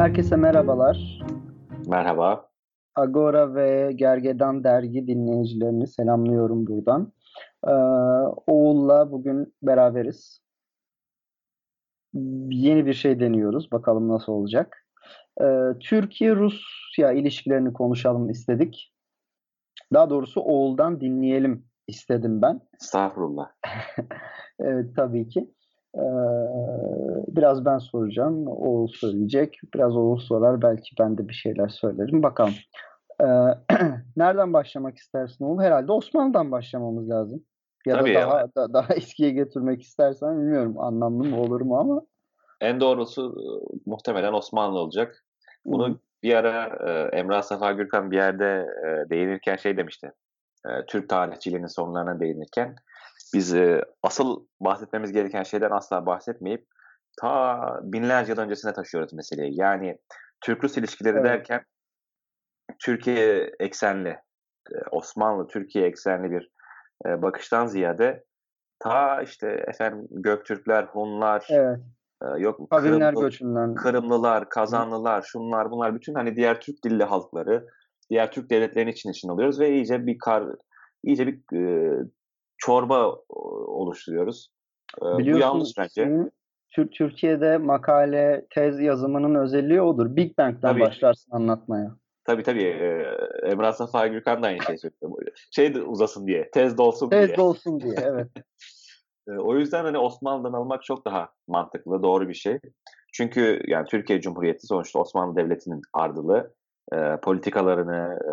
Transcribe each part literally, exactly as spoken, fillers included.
Herkese merhabalar. Merhaba. Agora ve Gergedan Dergi dinleyicilerini selamlıyorum buradan. Ee, Oğul'la bugün beraberiz. Yeni bir şey deniyoruz. Bakalım nasıl olacak. Ee, Türkiye-Rusya ilişkilerini konuşalım istedik. Daha doğrusu Oğul'dan dinleyelim istedim ben. Estağfurullah. Evet, tabii ki. Ee, biraz ben soracağım. Oğul söyleyecek. Biraz Oğul sorar. Belki ben de bir şeyler söylerim. Bakalım. Ee, nereden başlamak istersin Oğul? Herhalde Osmanlı'dan başlamamız lazım. Ya da Tabii ama daha da, daha eskiye götürmek istersen bilmiyorum anlamlı mı olur mu ama. en doğrusu e, muhtemelen Osmanlı olacak. Hı hı. Bunu bir ara e, Emrah Safa Gürkan bir yerde e, değinirken şey demişti. E, Türk tarihçiliğinin sonlarına değinirken biz e, asıl bahsetmemiz gereken şeyden asla bahsetmeyip ta binlerce yıl öncesine taşıyoruz meseleyi. Yani Türk-Rus ilişkileri Evet. derken Türkiye eksenli, e, Osmanlı-Türkiye eksenli bir e, bakıştan ziyade ta işte efendim Göktürkler, Hunlar, Evet. e, yok Kavimler Kırımlı, göçünden. Kırımlılar, Hı Kazanlılar, şunlar bunlar bütün hani diğer Türk dilli halkları, diğer Türk devletlerini için için alıyoruz ve iyice bir kar, iyice bir e, çorba o- oluşturuyoruz. E, bu yanlış Biliyorsun bence. senin Tür- Türkiye'de makale, tez yazımının özelliği odur. Big Bang'den Tabii, başlarsın anlatmaya. tabii tabii. E, Emrah Safa Gürkan da aynı şeyi söylüyor. Şey de uzasın diye, tez dolsun Tez diye. de olsun diye. Evet. E, o yüzden hani Osmanlı'dan almak çok daha mantıklı, doğru bir şey. Çünkü yani Türkiye Cumhuriyeti sonuçta Osmanlı Devleti'nin ardılı. E, politikalarını, e,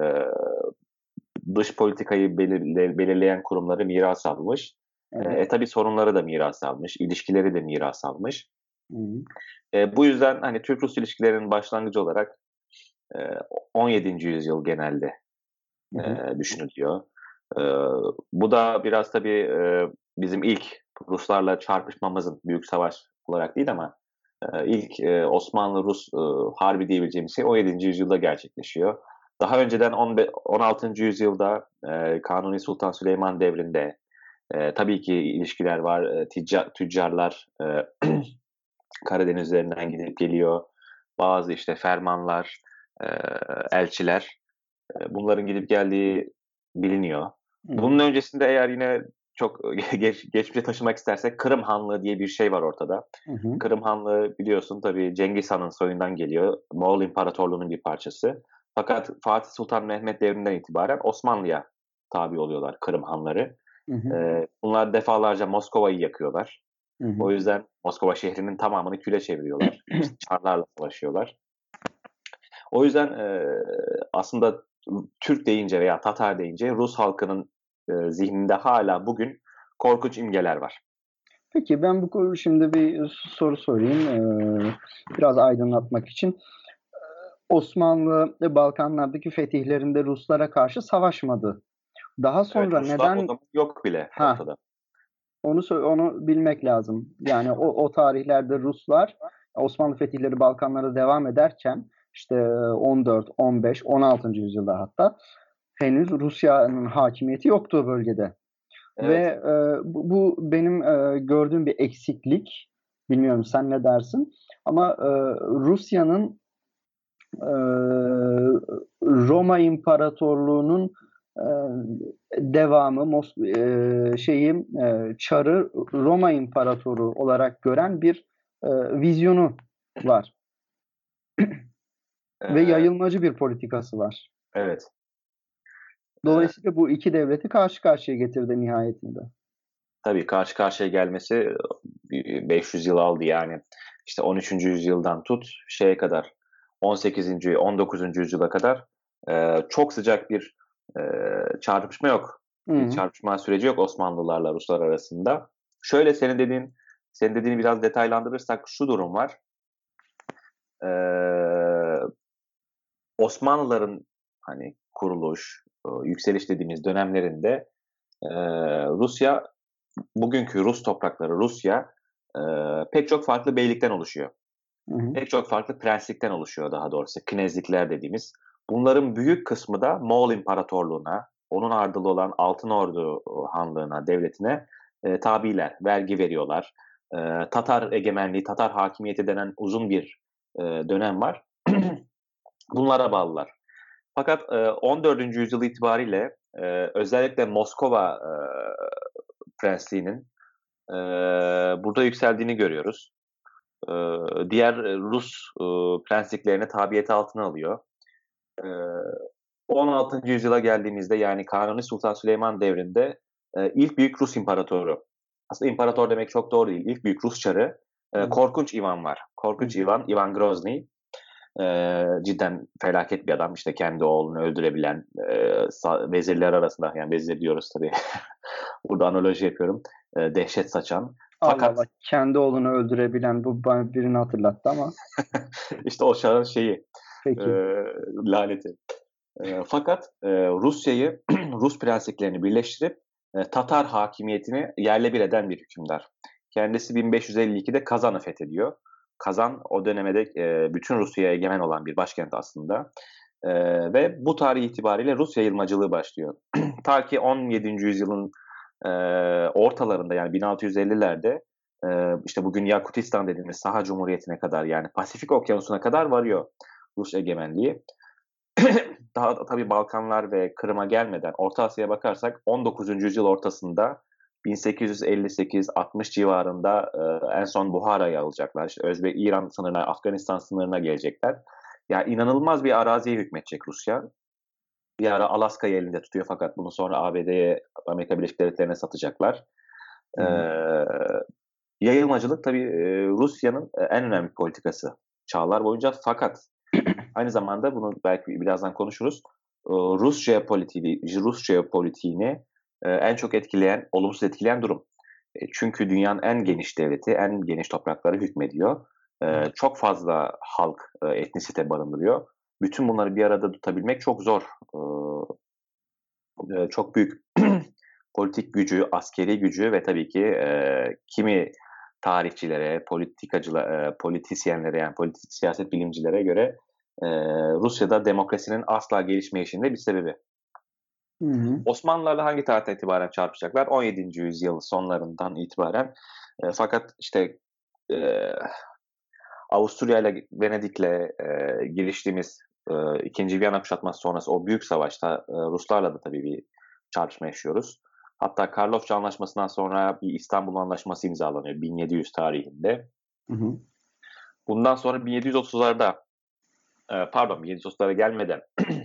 dış politikayı belirle, belirleyen kurumları miras almış. E, Evet. e tabi sorunları da miras almış, ilişkileri de miras almış. Hı hı. E, bu yüzden hani Türk-Rus ilişkilerinin başlangıcı olarak e, on yedinci yüzyıl genelde Hı e, hı. düşünülüyor. E, bu da biraz tabii e, bizim ilk Ruslarla çarpışmamızın büyük savaş olarak değil ama e, ilk e, Osmanlı-Rus e, harbi diyebileceğimiz şey on yedinci yüzyılda gerçekleşiyor. Daha önceden on altıncı yüzyılda e, Kanuni Sultan Süleyman devrinde e, tabii ki ilişkiler var. E, ticca, tüccarlar e, Karadeniz üzerinden gidip geliyor. Bazı işte fermanlar, e, elçiler e, bunların gidip geldiği biliniyor. Hı hı. Bunun öncesinde eğer yine çok geç, geçmişe taşımak istersek Kırım Hanlığı diye bir şey var ortada. Hı hı. Kırım Hanlığı biliyorsun tabii Cengiz Han'ın soyundan geliyor. Moğol İmparatorluğu'nun bir parçası. Fakat Fatih Sultan Mehmet devrinden itibaren Osmanlı'ya tabi oluyorlar Kırım Hanları. Hı hı. Ee, bunlar defalarca Moskova'yı yakıyorlar. Hı hı. O yüzden Moskova şehrinin tamamını küle çeviriyorlar. İşte Çarlarla savaşıyorlar. O yüzden e, aslında Türk deyince veya Tatar deyince Rus halkının e, zihninde hala bugün korkunç imgeler var. Peki ben bu konu şimdi bir soru sorayım eee, biraz aydınlatmak için. Osmanlı Balkanlardaki fetihlerinde Ruslara karşı savaşmadı. Daha Evet, sonra Ruslar o neden zaman yok bile ha ortada. onu sö- onu bilmek lazım. Yani o, o tarihlerde Ruslar Osmanlı fetihleri Balkanlara devam ederken işte on dört, on beş, on altıncı yüzyılda hatta henüz Rusya'nın hakimiyeti yoktu o bölgede. Ve Evet. e, bu, bu benim e, gördüğüm bir eksiklik. Bilmiyorum sen ne dersin? Ama e, Rusya'nın e, Roma İmparatorluğu'nun e, devamı Mos e, şeyi e, Çar'ı Roma İmparatoru olarak gören bir e, vizyonu var ve Ee, yayılmacı bir politikası var. evet. Ee, Dolayısıyla bu iki devleti karşı karşıya getirdi nihayetinde. tabii karşı karşıya gelmesi beş yüz yıl aldı yani. İşte on üçüncü yüzyıldan tut şeye kadar on sekizinci on dokuzuncu yüzyıla kadar e, çok sıcak bir e, çarpışma yok. Hı Bir hı. çarpışma süreci yok Osmanlılarla Ruslar arasında. Şöyle senin dediğin senin dediğini biraz detaylandırırsak şu durum var. Ee, Osmanlıların hani kuruluş, e, yükseliş dediğimiz dönemlerinde e, Rusya, bugünkü Rus toprakları Rusya e, pek çok farklı beylikten oluşuyor. Hı hı. Pek çok farklı prenslikten oluşuyor daha doğrusu. Knezlikler dediğimiz. Bunların büyük kısmı da Moğol İmparatorluğu'na, onun ardılı olan Altın Ordu Hanlığı'na, devletine e, tabiler, vergi veriyorlar. E, Tatar egemenliği, Tatar hakimiyeti denen uzun bir e, dönem var. bunlara bağlılar. Fakat e, on dördüncü yüzyıl itibariyle e, özellikle Moskova e, Prensliği'nin e, burada yükseldiğini görüyoruz. E, diğer Rus e, prensliklerine tabiyeti altına alıyor. E, on altıncı yüzyıla geldiğimizde yani Kanuni Sultan Süleyman devrinde e, ilk büyük Rus imparatoru, aslında imparator demek çok doğru değil, ilk büyük Rus çarı e, Evet. Korkunç Ivan var. Korkunç Hı hı. Ivan, Ivan Grozny. E, cidden felaket bir adam. İşte kendi oğlunu öldürebilen e, sa- vezirler arasında, yani vezir diyoruz tabii. Burada analoji yapıyorum. E, dehşet saçan. Allah Fakat Allah. Kendi oğlunu öldürebilen bu bana birini hatırlattı ama işte o çağın şeyi, e, peki. laneti. E, fakat e, Rusya'yı, Rus prensliklerini birleştirip e, Tatar hakimiyetini yerle bir eden bir hükümdar. Kendisi bin beş yüz elli ikide Kazan'ı fethediyor. Kazan o dönemde e, bütün Rusya'ya egemen olan bir başkent aslında. E, ve bu tarih itibariyle Rus yayılmacılığı başlıyor. Ta ki on yedinci yüzyılın e, ortalarında, yani bin altı yüz ellilerde e, işte bugün Yakutistan dediğimiz saha cumhuriyetine kadar, yani Pasifik Okyanusu'na kadar varıyor Rus egemenliği. Daha tabii Balkanlar ve Kırım'a gelmeden Orta Asya'ya bakarsak on dokuzuncu yüzyıl ortasında bin sekiz yüz elli sekiz altmış civarında e, en son Buhara'yı alacaklar. İşte Özbek, İran sınırına, Afganistan sınırına gelecekler. Yani inanılmaz bir araziye hükmedecek Rusya. Bir ara Alaska'yı elinde tutuyor fakat bunu sonra A B D'ye, Amerika Birleşik Devletleri'ne satacaklar. Hı Ee, hı. yayılmacılık tabii e, Rusya'nın e, en önemli politikası çağlar boyunca, fakat aynı zamanda bunu belki birazdan konuşuruz. Ee, Rus jeopolitiği, Rus jeopolitiğini e, en çok etkileyen, olumsuz etkileyen durum. E, çünkü dünyanın en geniş devleti, en geniş toprakları hükmediyor. E, çok fazla halk, e, etnisite barındırıyor. Bütün bunları bir arada tutabilmek çok zor. E, e, çok büyük politik gücü, askeri gücü ve tabii ki e, kimi tarihçilere, politikacılara, e, politisyenlere, yani politik siyaset bilimcilere göre e, Rusya'da demokrasinin asla gelişmeyişinde bir sebebi. Hı hı. Osmanlılarla hangi tarihten itibaren çarpışacaklar? on yedinci yüzyıl sonlarından itibaren. E, fakat işte e, Avusturya ile Venedik'le e, giriştiğimiz e, ikinci. Viyana kuşatması sonrası o büyük savaşta e, Ruslarla da tabii bir çarpışma yaşıyoruz. Hatta Karlofça Anlaşması'ndan sonra bir İstanbul Anlaşması imzalanıyor bin yedi yüz tarihinde. Hı hı. Bundan sonra bin yedi yüz otuzlarda, e, pardon bin yedi yüz otuzlara gelmeden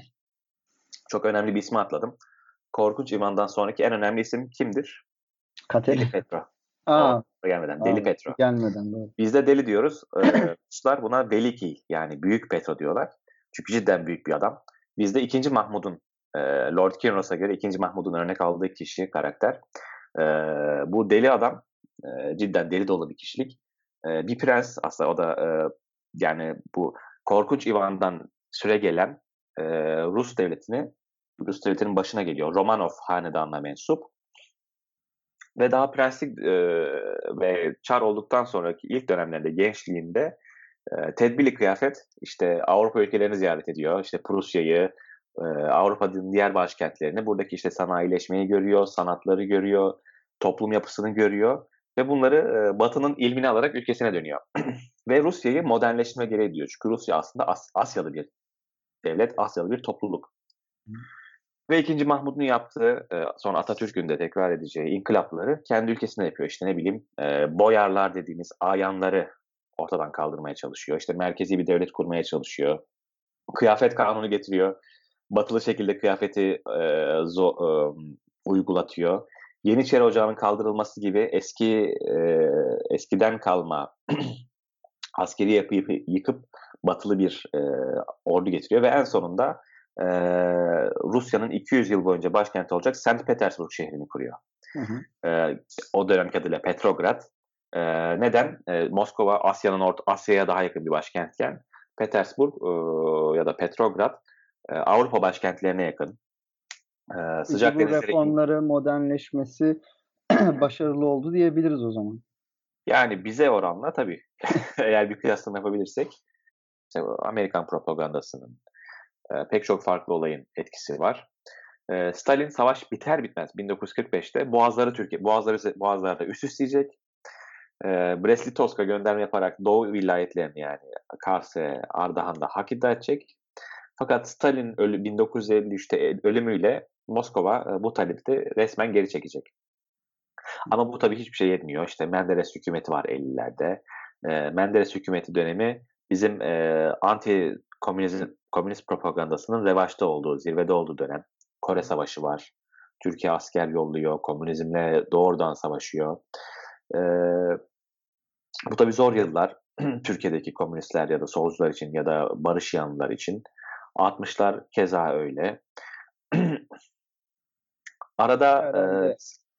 çok önemli bir ismi atladım. Korkunç İvan'dan sonraki en önemli isim kimdir? Deli Katerin. Petro. O Aa, gelmeden aa, Deli Petro. gelmeden doğru. Biz de deli diyoruz. Ee, Ruslar buna Veliki, yani Büyük Petro diyorlar. Çünkü cidden büyük bir adam. Bizde ikinci. Mahmud'un, e, Lord Kinross'a göre ikinci. Mahmud'un örnek aldığı kişi, karakter. E, bu deli adam e, cidden deli dolu bir kişilik. E, bir prens aslında, o da e, yani bu Korkunç İvan'dan süre gelen e, Rus devletini, Rus devletinin başına geliyor. Romanov hanedanına mensup. Ve daha prenslik e, ve çar olduktan sonraki ilk dönemlerinde, gençliğinde e, tedbirli kıyafet, işte Avrupa ülkelerini ziyaret ediyor. İşte Prusya'yı, e, Avrupa'nın diğer başkentlerini, buradaki işte sanayileşmeyi görüyor, sanatları görüyor, toplum yapısını görüyor ve bunları e, Batı'nın ilmini alarak ülkesine dönüyor. Ve Rusya'yı modernleştirme gereği duyuyor. Çünkü Rusya aslında As- Asyalı bir devlet, Asyalı bir topluluk. Ve ikinci. Mahmud'un yaptığı, e, sonra Atatürk'ün de tekrar edeceği inkılapları kendi ülkesinde yapıyor. İşte ne bileyim, e, boyarlar dediğimiz ayanları ortadan kaldırmaya çalışıyor. İşte merkezi bir devlet kurmaya çalışıyor. Kıyafet kanunu getiriyor. Batılı şekilde kıyafeti e, zo, e, uygulatıyor. Yeniçeri Ocağı'nın kaldırılması gibi eski e, eskiden kalma askeri yapıyı yıkıp batılı bir e, ordu getiriyor ve en sonunda e, Rusya'nın iki yüz yıl boyunca başkenti olacak Sankt Petersburg şehrini kuruyor. Hı hı. E, o dönemki adıyla Petrograd. E, neden? E, Moskova Asya'nın orta, Asya'ya daha yakın bir başkentken Petersburg e, ya da Petrograd e, Avrupa başkentlerine yakın. E, Peki sıcak bu denizlere in, reformları, modernleşmesi başarılı oldu diyebiliriz o zaman. yani bize oranla tabii eğer bir kıyaslama yapabilirsek işte Amerikan propagandasının, e, pek çok farklı olayın etkisi var. E, Stalin savaş biter bitmez bin dokuz yüz kırk beşte Boğazları Türkiye Boğazları Boğazlarda üst üstleyecek. E, Brest-Litovsk'a gönderme yaparak Doğu vilayetlerini, yani Kars'ı, Ardahan'da hak iddia edecek. Fakat Stalin ölü bin dokuz yüz elli üçte ölümüyle Moskova bu talebi de resmen geri çekecek. Ama bu tabii hiçbir şeye yetmiyor. İşte Menderes hükümeti var ellilerde. Eee, Menderes hükümeti dönemi bizim, eee, anti komünizm komünist propagandasının revaçta olduğu, zirvede olduğu dönem. Kore Savaşı var. Türkiye asker yolluyor, komünizmle doğrudan savaşıyor. Eee, bu tabii zor yıllar Türkiye'deki komünistler ya da solcular için ya da barış yanlılar için. altmışlar keza öyle. Arada, eee Herhalde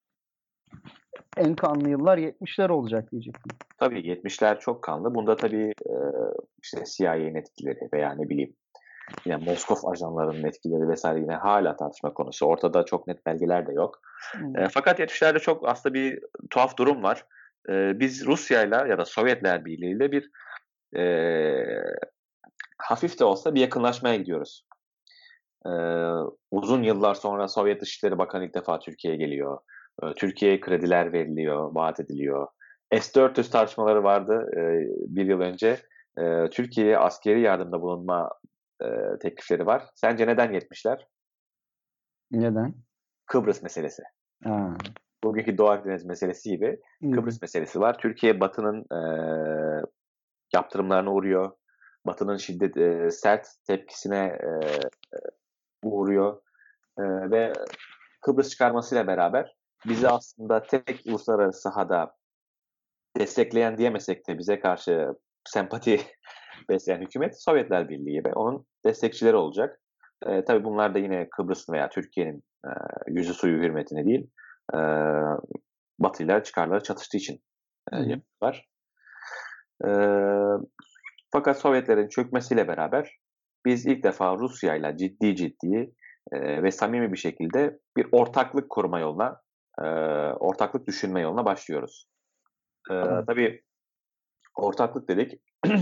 en kanlı yıllar yetmişler olacak diyecektim. Tabii yetmişler çok kanlı. Bunda tabii, eee, işte C I A'nin etkileri veya ne bileyim, yine Moskov ajanlarının etkileri vesaire yine hâlâ tartışma konusu. Ortada çok net belgeler de yok. Hımm. Eee, fakat yetmişlerde çok aslında bir tuhaf durum var. Eee, biz Rusya'yla ya da Sovyetler Birliği'yle bir, eee, hafif de olsa bir yakınlaşmaya gidiyoruz. Eee, uzun yıllar sonra Sovyet Dışişleri Bakanı ilk defa Türkiye'ye geliyor. Eee, Türkiye'ye krediler veriliyor, vaat ediliyor. S dört yüz tartışmaları vardı, eee, bir yıl önce. Eee, Türkiye'ye askeri yardımda bulunma, eee, teklifleri var. Sence neden yetmişler? Neden? Kıbrıs meselesi. Ha. Bugünkü Doğu Akdeniz meselesi gibi İlginç. Kıbrıs meselesi var. Türkiye Batı'nın, eee, yaptırımlarına uğruyor. Batı'nın şiddet eee, sert tepkisine, eee, uğruyor, eee, ve Kıbrıs çıkarmasıyla beraber bizi aslında tek uluslararası sahada destekleyen diyemesek de bize karşı sempati besleyen hükümet Sovyetler Birliği ve onun destekçileri olacak. Eee, tabii bunlar da yine Kıbrıs'ın veya Türkiye'nin, eee, yüzü suyu hürmetine değil, eee, Batı'yla çıkarları çatıştığı için, Hı eee, hı. yapıyorlar. Eee, fakat Sovyetlerin çökmesiyle beraber biz ilk defa Rusya'yla ciddi ciddi, eee, ve samimi bir şekilde bir ortaklık kurma yoluna, eee, ortaklık düşünme yoluna başlıyoruz. Eee, Evet. tabii ortaklık dedik.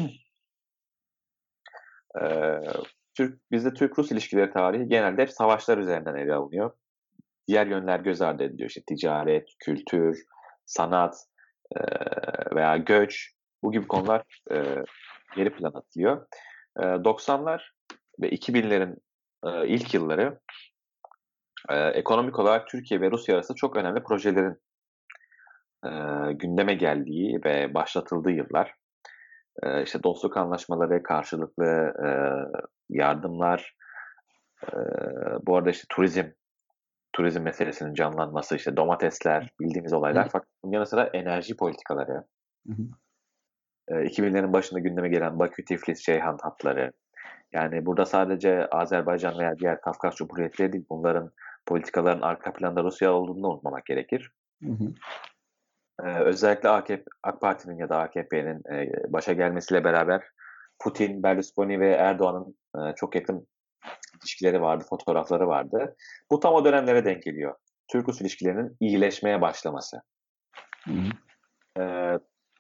Eee, Türk bizde Türk-Rus ilişkileri tarihi genelde hep savaşlar üzerinden ele alınıyor. Diğer yönler göz ardı ediliyor. İşte ticaret, kültür, sanat, eee, veya göç, bu gibi konular, eee, geri plana atılıyor. Eee, doksanlar ve iki binlerin, eee, ilk yılları, eee, ekonomik olarak Türkiye ve Rusya arasında çok önemli projelerin, eee, gündeme geldiği ve başlatıldığı yıllar. Eee, işte dostluk anlaşmaları, karşılıklı, eee, yardımlar, eee, bu arada işte turizm, turizm meselesinin canlanması, işte domatesler, bildiğimiz olaylar fakat bunun yanı sıra enerji politikaları, Hı hı. eee, iki binlerin başında gündeme gelen Bakü-Tiflis-Ceyhan hatları, yani burada sadece Azerbaycan veya diğer Kafkas Cumhuriyetleri değil, bunların politikaların arka planda Rusya olduğunu da unutmamak gerekir. Hı hı. Eee, özellikle A K P AK Parti'nin ya da A K P'nin, eee, başa gelmesiyle beraber Putin, Berlusconi ve Erdoğan'ın, eee, çok yakın ilişkileri vardı, fotoğrafları vardı. Bu tam o dönemlere denk geliyor. Türk-Rus ilişkilerinin iyileşmeye başlaması. Hı hı. Eee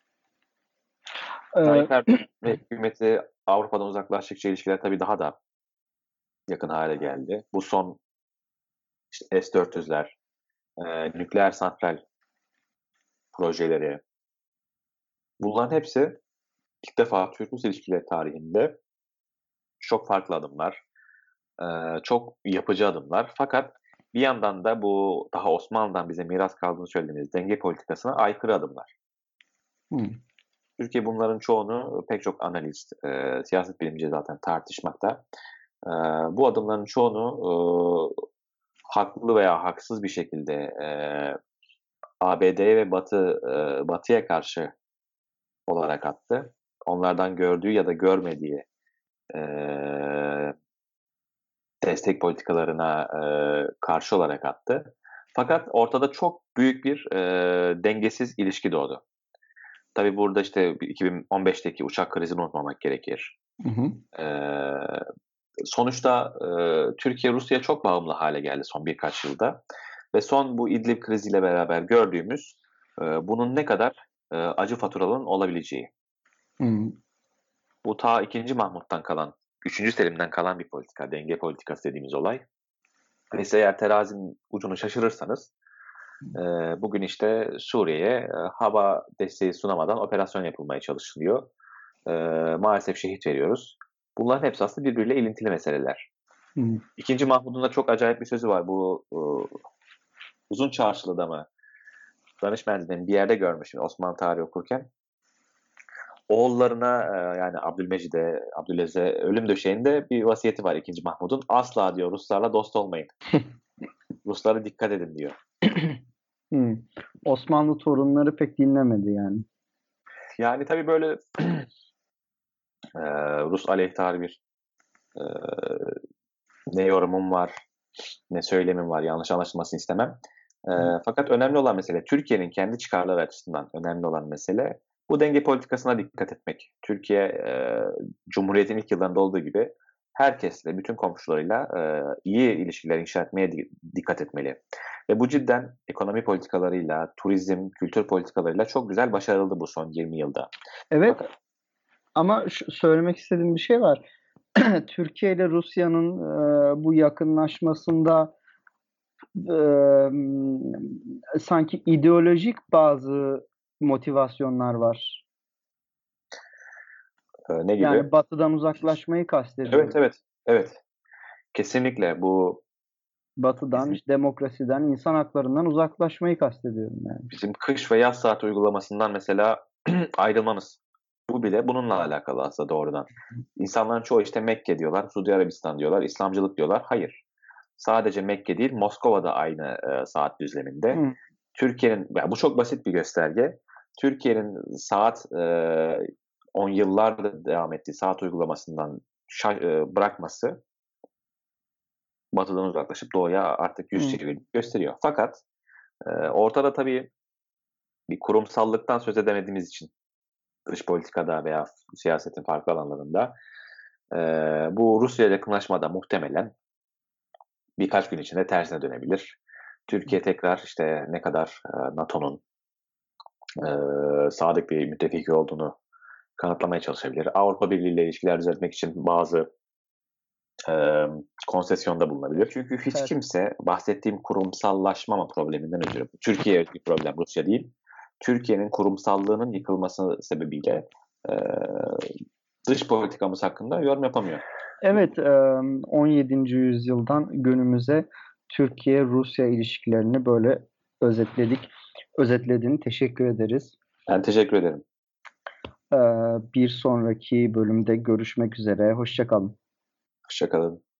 Eee, Tayyip Erdoğan ve hükümeti Avrupa'dan uzaklaştıkça ilişkiler tabii daha da yakın hâle geldi. Bu son işte S dört yüzler, eee, nükleer santral projeleri, bunların hepsi ilk defa Türk-Rus ilişkileri tarihinde çok farklı adımlar, eee, çok yapıcı adımlar. Fakat bir yandan da bu daha Osmanlı'dan bize miras kaldığını söylediğimiz denge politikasına aykırı adımlar. hımm. Türkiye bunların çoğunu pek çok analist, eee, siyaset bilimci zaten tartışmakta. Eee, bu adımların çoğunu, ııı, haklı veya haksız bir şekilde, eee, A B D'ye ve Batı, eee, Batı'ya karşı olarak attı. Onlardan gördüğü ya da görmediği, eee, destek politikalarına, eee, karşı olarak attı. Fakat ortada çok büyük bir, eee, dengesiz ilişki doğdu. Tabii burada, işte, iki bin on beşteki uçak krizini unutmamak gerekir. Hı hı. Eee, sonuçta, eee, Türkiye Rusya'ya çok bağımlı hâle geldi son birkaç yılda ve son bu İdlib kriziyle beraber gördüğümüz, eee, bunun ne kadar, eee, acı faturaların olabileceği. Hımm. Bu ta ikinci Mahmut'tan kalan, üçüncü Selim'den kalan bir politika, denge politikası dediğimiz olay. Ve siz eğer terazinin ucunu şaşırırsanız, eee, bugün, işte, Suriye'ye, eee, hava desteği sunamadan operasyon yapılmaya çalışılıyor. Eee, maalesef şehit veriyoruz. Bunların hepsi aslında birbiriyle ilintili meseleler. Hı. İkinci Mahmud'un da çok acayip bir sözü var. Bu ııı, Uzun Çarşılı'da mı? Danışmen'de bir yerde görmüşüm Osmanlı tarihi okurken. Oğullarına e, yani Abdülmecid'e, Abdülaziz'e ölüm döşeğinde bir vasiyeti var ikinci Mahmud'un. Asla diyor Ruslarla dost olmayın. Ruslara dikkat edin diyor. Hı. Osmanlı torunları pek dinlemedi yani. Yani tabii böyle e, Rus aleyhtarı bir e, ne yorumum var, ne söylemim var, yanlış anlaşılmasını istemem. E, fakat önemli olan mesele, Türkiye'nin kendi çıkarları açısından önemli olan mesele bu denge politikasına dikkat etmek. Türkiye, e, Cumhuriyet'in ilk yıllarında olduğu gibi herkesle, bütün komşularıyla e, iyi ilişkiler inşa etmeye di- dikkat etmeli. Ve bu cidden ekonomi politikalarıyla, turizm, kültür politikalarıyla çok güzel başarıldı bu son yirmi yılda. Evet, Fakat ama şu, söylemek istediğim bir şey var. Türkiye ile Rusya'nın e, bu yakınlaşmasında e, sanki ideolojik bazı motivasyonlar var. e, ne gibi? Yani Batı'dan uzaklaşmayı Evet, kastediyorum. evet, evet. Kesinlikle bu Batı'dan, bizim işte demokrasiden, insan haklarından uzaklaşmayı kastediyorum yani. bizim kış ve yaz saat uygulamasından mesela ayrılmamız. Bu bile bununla alakalı aslında doğrudan. İnsanların çoğu işte Mekke diyorlar, Suudi Arabistan diyorlar, İslamcılık diyorlar. Hayır. Sadece Mekke değil, Moskova'da aynı e, saat düzleminde. Hı, Türkiye'nin, yani bu çok basit bir gösterge. Türkiye'nin saat e, on yıllardır devam ettiği saat uygulamasından şa- e, bırakması Batı'dan uzaklaşıp Doğu'ya artık yüz hı. çevirdiğini gösteriyor. Fakat e, ortada tabii bir kurumsallıktan söz edemediğimiz için dış politikada veya siyasetin farklı alanlarında e, bu Rusya yakınlaşmada muhtemelen birkaç gün içinde tersine dönebilir. Türkiye tekrar işte ne kadar e, NATO'nun e, sadık bir müttefiki olduğunu kanıtlamaya çalışabilir. Avrupa Birliği ile ilişkiler düzeltmek için bazı e, konsesyonda bulunabilir. Çünkü hiç Evet. kimse bahsettiğim kurumsallaşma probleminden ötürü, Türkiye'ye özgü problem, Rusya değil, Türkiye'nin kurumsallığının yıkılması sebebiyle e, dış politikamız hakkında yorum yapamıyor. Evet, e, on yedinci yüzyıldan günümüze Türkiye-Rusya ilişkilerini böyle özetledik. Özetledin. Teşekkür ederiz. Ben teşekkür ederim. E, Bir sonraki bölümde görüşmek üzere. Hoşça kalın. Hoşça kalın.